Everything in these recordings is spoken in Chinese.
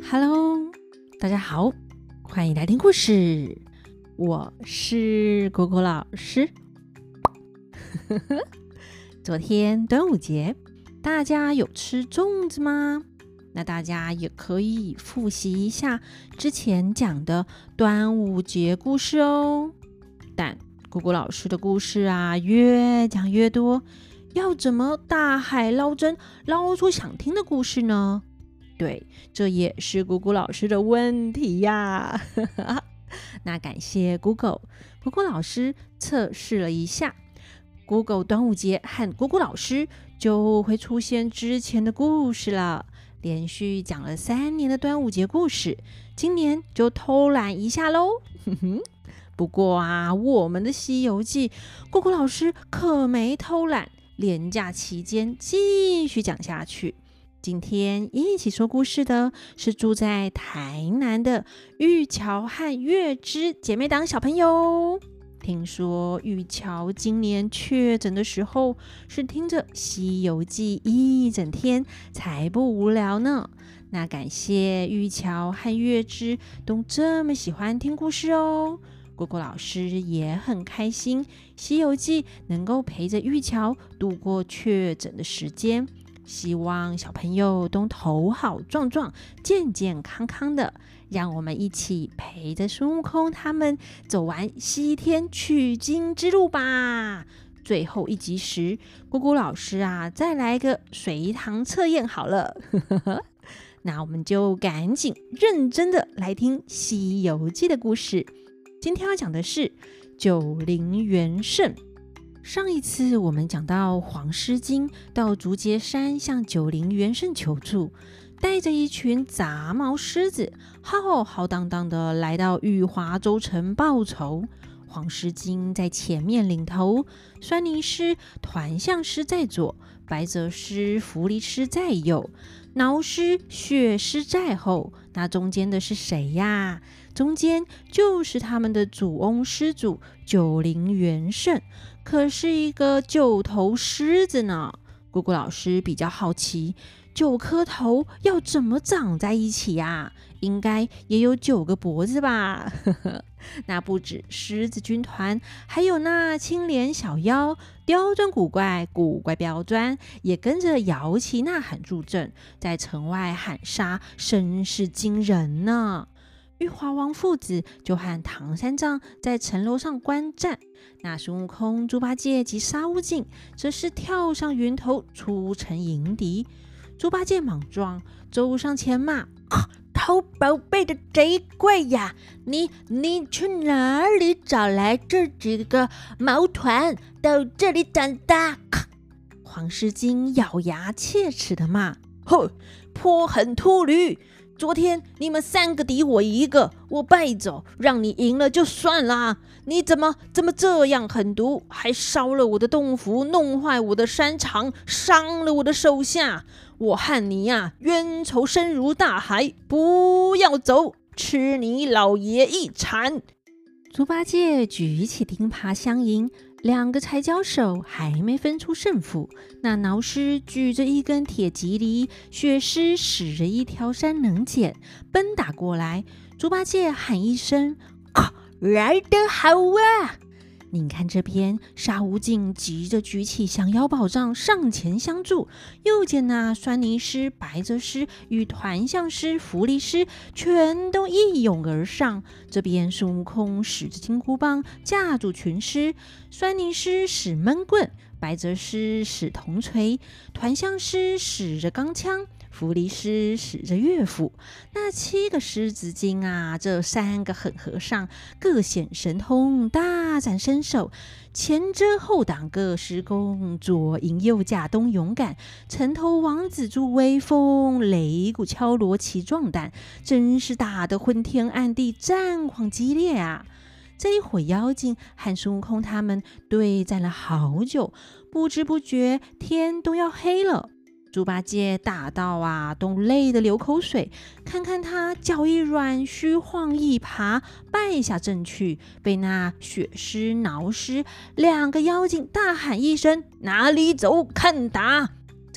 Hello， 大家好，欢迎来听故事。我是果果老师。昨天端午节，大家有吃粽子吗？那大家也可以复习一下之前讲的端午节故事哦。但果果老师的故事啊，越讲越多，要怎么大海捞针，捞出想听的故事呢？对，这也是姑姑老师的问题呀。那感谢 Google， 姑姑老师测试了一下 ，Google 端午节和姑姑老师就会出现之前的故事了。连续讲了3年的端午节故事，今年就偷懒一下喽。不过啊，我们的《西游记》，姑姑老师可没偷懒，连假期间继续讲下去。今天一起说故事的是住在台南的玉乔和月之姐妹档小朋友。听说玉乔今年确诊的时候是听着《西游记》一整天才不无聊呢。那感谢玉乔和月之都这么喜欢听故事哦。果果老师也很开心，《西游记》能够陪着玉乔度过确诊的时间。希望小朋友都头好壮壮、健健康康的，让我们一起陪着孙悟空他们走完西天取经之路吧。最后一集时，姑姑老师啊，再来个随堂测验好了。那我们就赶紧认真的来听《西游记》的故事。今天要讲的是九灵元圣。上一次我们讲到黄狮精到竹节山向九灵元圣求助，带着一群杂毛狮子浩浩荡荡的来到玉华州城报仇。黄狮精在前面领头，酸泥狮、团象狮在左，白泽狮、伏狸狮在右，挠狮、血狮在后。那中间的是谁呀？中间就是他们的主翁狮主九灵元圣，可是一个9头狮子呢。姑姑老师比较好奇，9颗头要怎么长在一起呀？应该也有9个脖子吧。那不止狮子军团，还有那青莲小妖、刁钻古怪、古怪刁钻也跟着摇旗呐喊助阵，在城外喊杀，声势惊人呢。玉华王父子就和唐三藏在城楼上观战，那孙悟空、猪八戒及沙悟净则是跳上云头出城迎敌。猪八戒莽撞走上前骂：偷宝贝的贼怪呀！你去哪里找来这几个毛团到这里长大？黄狮精咬牙切齿的骂：哼，泼狠秃驴！昨天你们3个敌我1个，我败走，让你赢了就算啦。你怎么这样狠毒，还烧了我的洞府，弄坏我的山场，伤了我的手下。我和你呀，冤仇深如大海，不要走，吃你老爷一铲！猪八戒举起钉耙相迎，2个才交手，还没分出胜负。那挠狮举着一根铁蒺藜，血狮使着一条山能剪，奔打过来。猪八戒喊一声：来得好啊！你看这边，沙悟净急着举起降妖宝杖上前相助，又见那酸泥狮、白泽狮与团象狮、伏狸狮全都一拥而上。这边孙悟空使着金箍棒架住群狮，酸泥狮使闷棍，白泽狮使铜锤，团象狮使着钢枪，伏狸狮使着乐斧。那7个狮子精啊，这3个狠和尚各显神通，大展身手，前遮后挡各施功，左迎右架东勇敢，城头王子助威风，擂鼓敲锣起壮胆，真是打得昏天暗地，战况激烈啊！这一伙妖精和孙悟空他们对战了好久，不知不觉天都要黑了。猪八戒打到啊，都累得流口水。看看他脚一软，虚晃一爬，败下阵去，被那血狮、挠狮2个妖精大喊一声：“哪里走，看打！”这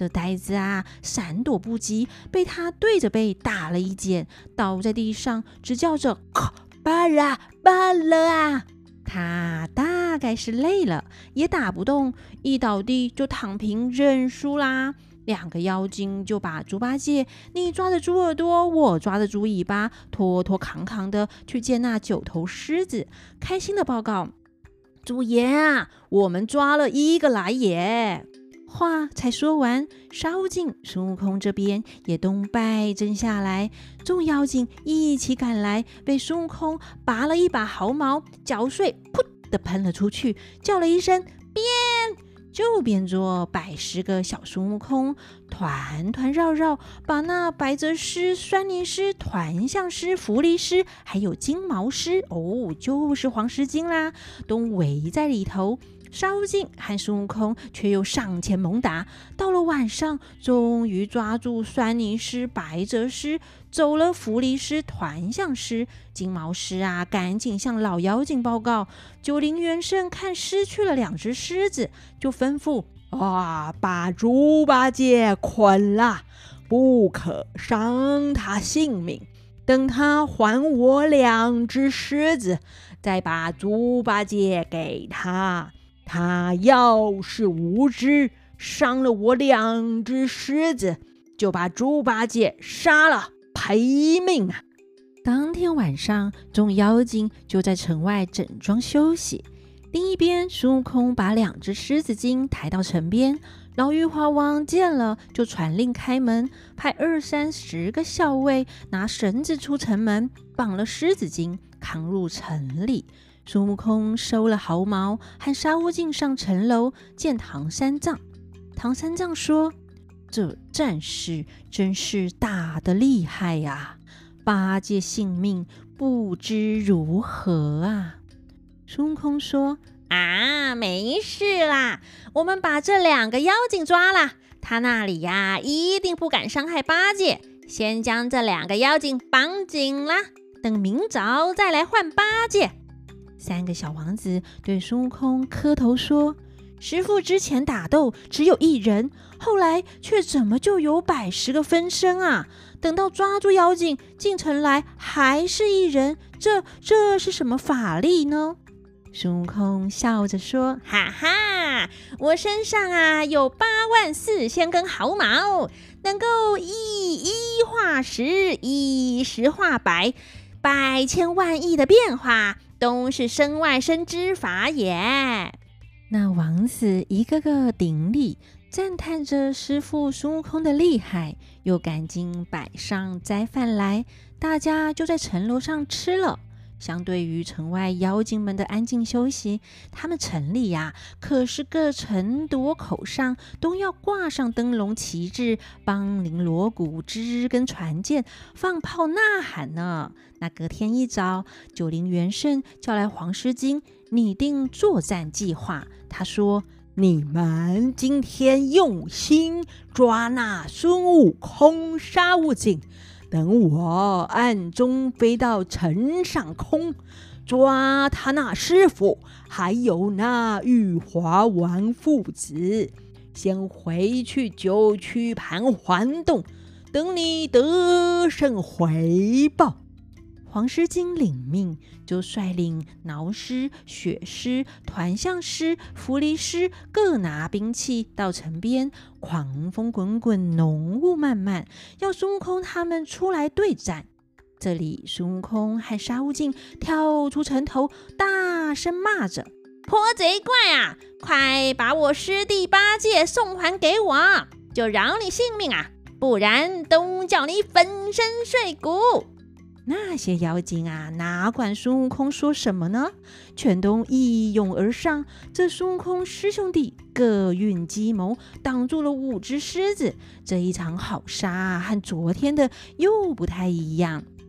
这呆子啊，闪躲不及，被他对着背打了一剑，倒在地上，直叫着罢了罢了啊！他大概是累了，也打不动，一倒地就躺平认输啦。两个妖精就把猪八戒，你抓着猪耳朵，我抓着猪尾巴，拖拖扛扛的去见那9头狮子，开心的报告：猪爷啊，我们抓了1个来耶！话才说完，沙悟净、孙悟空这边也东败阵下来，众妖精一起赶来，被孙悟空拔了一把毫毛，嚼碎，噗的喷了出去，叫了一声变，就变作110个小孙悟空，团团绕绕，把那白泽狮、酸泥狮、团象狮、伏狸狮，还有金毛狮，就是黄狮精啦，都围在里头。沙悟净和孙悟空却又上前猛打，到了晚上，终于抓住酸泥狮、白泽狮，走了伏狸狮、团象狮、金毛狮啊，赶紧向老妖精报告。九灵元圣看失去了2只狮子，就吩咐把猪八戒捆了，不可伤他性命。等他还我2只狮子，再把猪八戒给他。他要是无知，伤了我2只狮子，就把猪八戒杀了赔命啊！当天晚上，众妖精就在城外整装休息。另一边，孙悟空把2只狮子精抬到城边，老玉华王见了，就传令开门，派20-30个校尉拿绳子出城门，绑了狮子精，扛入城里。孙悟空收了毫毛，和沙悟净上城楼见唐三藏。唐三藏说：“这战士真是打得厉害呀，八戒性命不知如何啊。”孙悟空说：“没事啦，我们把这2个妖精抓了，他那里呀一定不敢伤害八戒，先将这2个妖精绑紧了，等明早再来换八戒。”3个小王子对孙悟空磕头说：“师父之前打斗只有1人，后来却怎么就有110个分身啊？等到抓住妖精进城来，还是1人，这是什么法力呢？”孙悟空笑着说：“哈哈，我身上有84000根毫毛，能够一化10，一10化100，百千万亿的变化，都是身外身之法也。”那王子一个个顶礼，赞叹着师父孙悟空的厉害，又赶紧摆上斋饭来，大家就在城楼上吃了。相对于城外妖精们的安静休息，他们城里可是各城垛口上都要挂上灯笼旗帜，梆铃锣鼓，支跟船舰，放炮呐喊呢。那隔天一早，九灵元圣叫来黄狮精，拟定作战计划。他说：“你们今天用心抓那孙悟空、沙悟净，等我暗中飞到城上空，抓他那师傅，还有那玉华王父子，先回去九曲盘桓洞，等你得胜回报。”黄狮精领命，就率领挠狮、雪狮、团象狮、伏狸狮各拿兵器到城边，狂风滚滚，浓雾漫漫，要孙悟空他们出来对战。这里孙悟空和沙悟净跳出城头，大声骂着：“泼贼怪啊，快把我师弟八戒送还给我，就饶你性命啊，不然都叫你粉身碎骨！”那些妖精哪管孙悟空说什么呢，全都一拥而上。这孙悟空师兄弟各运计谋，挡住了5只狮子。这一场好杀和昨天的又不太一样。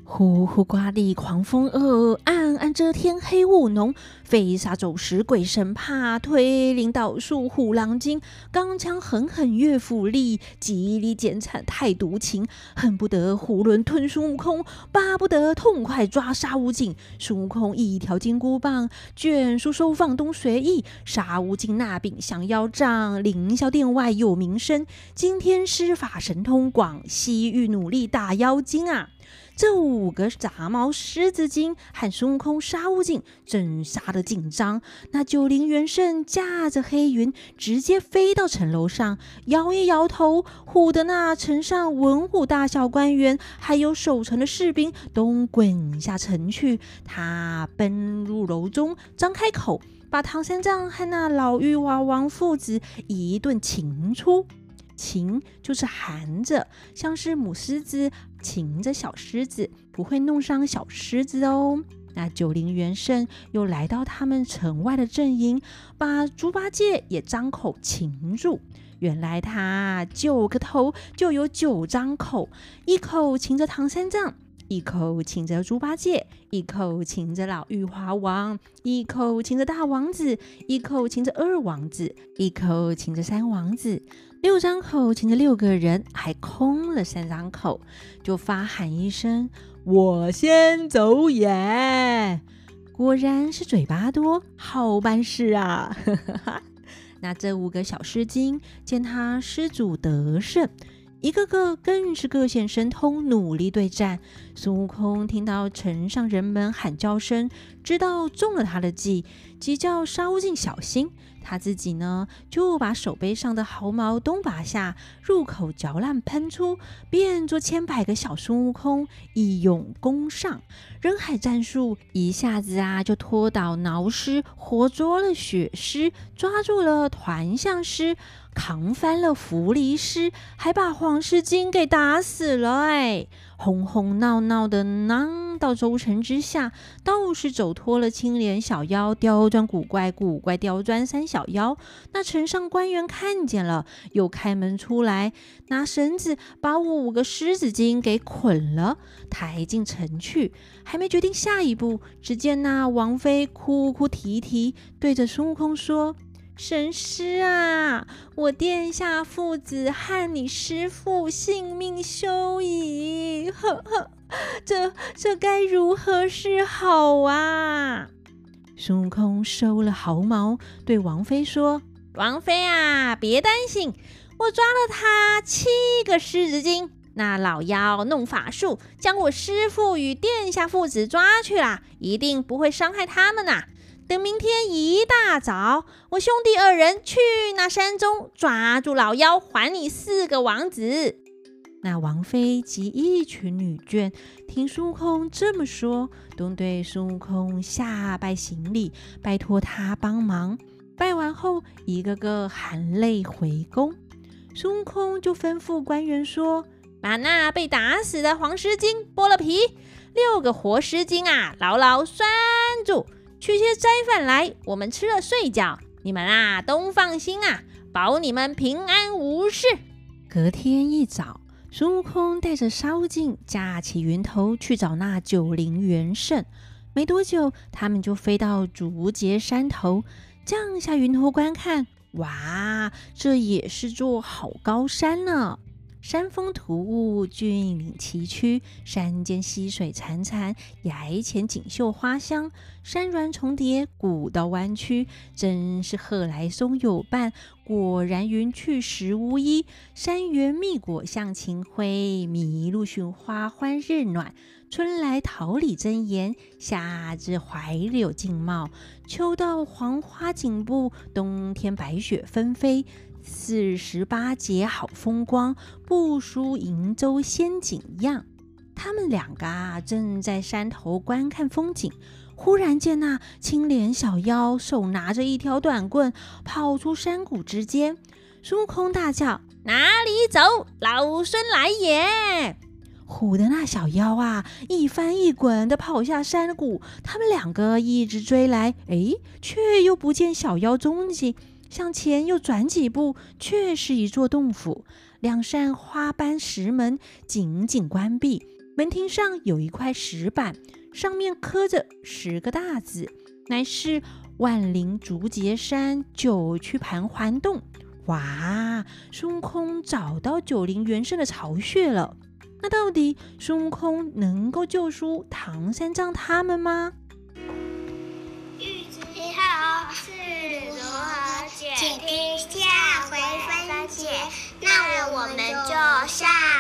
呼呼刮地，狂风恶；暗暗遮天，黑雾浓。飞沙走石，鬼神怕；推林倒树，虎狼惊。钢枪狠狠，越锋利；极力剪惨，太毒情。恨不得囫囵吞孙悟空，巴不得痛快抓沙悟净。孙悟空一条金箍棒，卷书收放东随意。沙悟净那柄降妖杖，凌霄殿外有名声。今天施法神通广，西域努力打妖精啊！这5个杂毛狮子精和孙悟空、沙悟净正杀得紧张，那九灵元圣驾着黑云直接飞到城楼上，摇一摇头，唬得那城上文武大小官员还有守城的士兵都滚下城去。他奔入楼中，张开口，把唐三藏和那老玉华王父子一顿擒出。擒就是含着，像是母狮子擒着小狮子，不会弄伤小狮子哦。那九灵元圣又来到他们城外的阵营，把猪八戒也张口擒住。原来他9个头就有9张口，一口擒着唐三藏，一口擒着猪八戒，一口擒着老玉华王，一口擒着大王子，一口擒着2王子，一口擒着3王子。6张口擒着6个人，还空了3张口，就发喊一声：“我先走也！”果然是嘴巴多，好办事啊！那这5个小狮精见他施主得胜，一个个更是各显神通，努力对战。孙悟空听到城上人们喊叫声，知道中了他的计，急叫沙悟净小心。他自己呢，就把手背上的毫毛东拔下，入口嚼烂喷出，变作千百个小孙悟空，一涌攻上。人海战术一下子就拖倒挠狮，活捉了雪狮，抓住了团象狮，扛翻了伏狸狮，还把黄狮精给打死了。哄哄闹闹的囊到州城之下，倒是走脱了青脸小妖，刁钻古怪，古怪刁钻3小妖。那城上官员看见了，又开门出来，拿绳子把5个狮子精给捆了，抬进城去。还没决定下一步，只见那王妃哭哭啼啼，对着孙悟空说：“神师啊，我殿下父子和你师父性命休矣，呵呵，这该如何是好啊？”孙悟空收了毫毛，对王妃说：“王妃啊，别担心，我抓了他7个狮子精，那老妖弄法术，将我师父与殿下父子抓去了，一定不会伤害他们啊。等明天一大早，我兄弟2人去那山中抓住老妖，还你4个王子。”那王妃及一群女眷听孙悟空这么说，都对孙悟空下拜行礼，拜托他帮忙。拜完后，一个个含泪回宫。孙悟空就吩咐官员说：“把那被打死的黄狮精剥了皮，6个活狮精牢牢拴住，取些斋饭来，我们吃了睡觉。你们都放心保你们平安无事。”隔天一早，孙悟空带着沙悟净驾起云头去找那九灵元圣。没多久，他们就飞到竹节山头，降下云头观看。哇，这也是座好高山呢！山峰突兀，峻岭崎岖，山间溪水潺潺，崖前锦绣花香，山峦重叠，古道弯曲，真是鹤来松有伴，果然云去时无依。山原蜜果向晴晖，麋鹿寻花欢日暖。春来桃李争妍，夏至槐柳竞茂，秋到黄花锦布，冬天白雪纷飞。48节好风光，不输瀛洲仙景样。他们2个正在山头观看风景，忽然见那青脸小妖手拿着一条短棍，跑出山谷之间。孙悟空大叫：“哪里走？老孙来也！”唬的那小妖一翻一滚的跑下山谷。他们2个一直追来，却又不见小妖踪迹。向前又转几步，却是一座洞府，2扇花斑石门紧紧关闭， 门庭上有一块石板，上面刻着10个大字，乃是万灵竹节山九曲盘桓洞。哇，孙悟空找到九灵元圣的巢穴了。那到底孙悟空能够救出唐三藏他们吗？ 欲知后事如何，请听下回分解。那我们就下